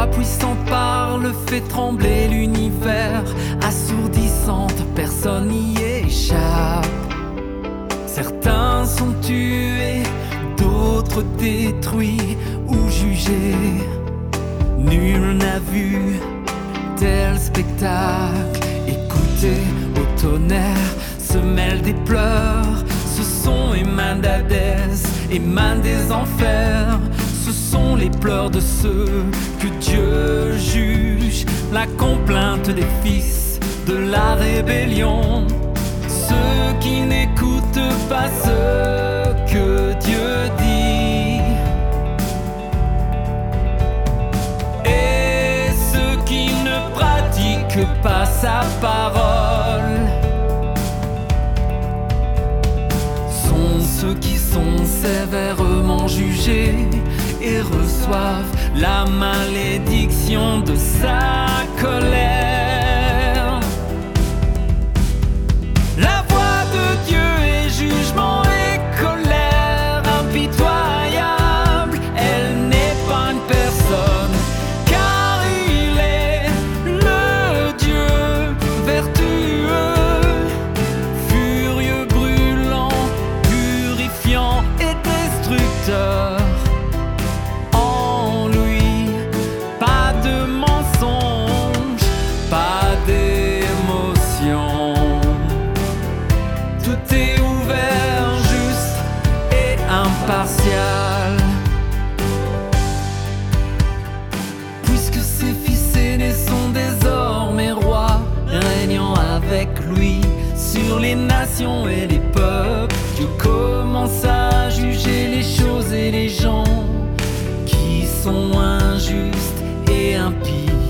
voix puissante parle, fait trembler l'univers. Assourdissante, personne n'y échappe. Certains sont tués, d'autres détruits ou jugés. Nul n'a vu tel spectacle. Écoutez au tonnerre se mêlent des pleurs. Ce son émane d'Hadès, émane des enfers. Ce sont les pleurs de ceux que Dieu juge. La complainte des fils de la rébellion. Ceux qui n'écoutent pas ce que Dieu dit. Et ceux qui ne pratiquent pas sa parole sont ceux qui sont sévèrement jugés et reçoivent la malédiction de sa colère. La voix de Dieu est jugement et colère impitoyable. Elle n'est pas une personne, car il est le Dieu vertueux, furieux, brûlant, purifiant et destructeur. En lui, pas de mensonge, pas d'émotion. Tout est ouvert, juste et impartial. Puisque ses fils aînés sont désormais rois, régnant avec lui sur les nations et les peuples, Dieu commence à juger les choses et les gens qui sont injustes et impies.